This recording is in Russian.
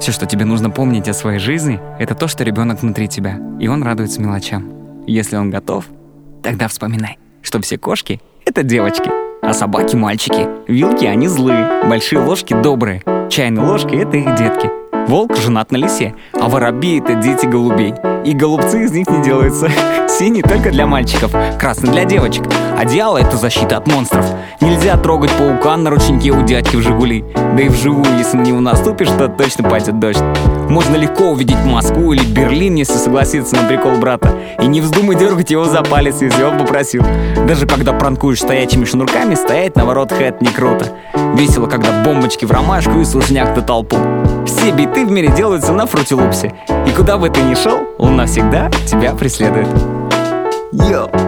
Все, что тебе нужно помнить о своей жизни, это то, что ребенок внутри тебя, и он радуется мелочам. Если он готов, тогда вспоминай, что все кошки — это девочки, а собаки — мальчики. Вилки — они злые, большие ложки — добрые, чайные ложки — это их детки. Волк женат на лисе, а воробьи — это дети голубей. И голубцы из них не делаются. Синий только для мальчиков, красный для девочек. Одеяло — это защита от монстров. Нельзя трогать паука на ручнике у дядьки в «Жигули». Да и вживую, если на него наступишь, то точно пойдет дождь. Можно легко увидеть Москву или Берлин, если согласиться на прикол брата. И не вздумай дергать его за палец, если он попросил. Даже когда пранкуешь стоячими шнурками, стоять на воротах — это не круто. Весело, когда бомбочки в ромашку и служняк на толпу. Все биты в мире делаются на фрутилупсе. И куда бы ты ни шел, он навсегда тебя преследует. Йоу!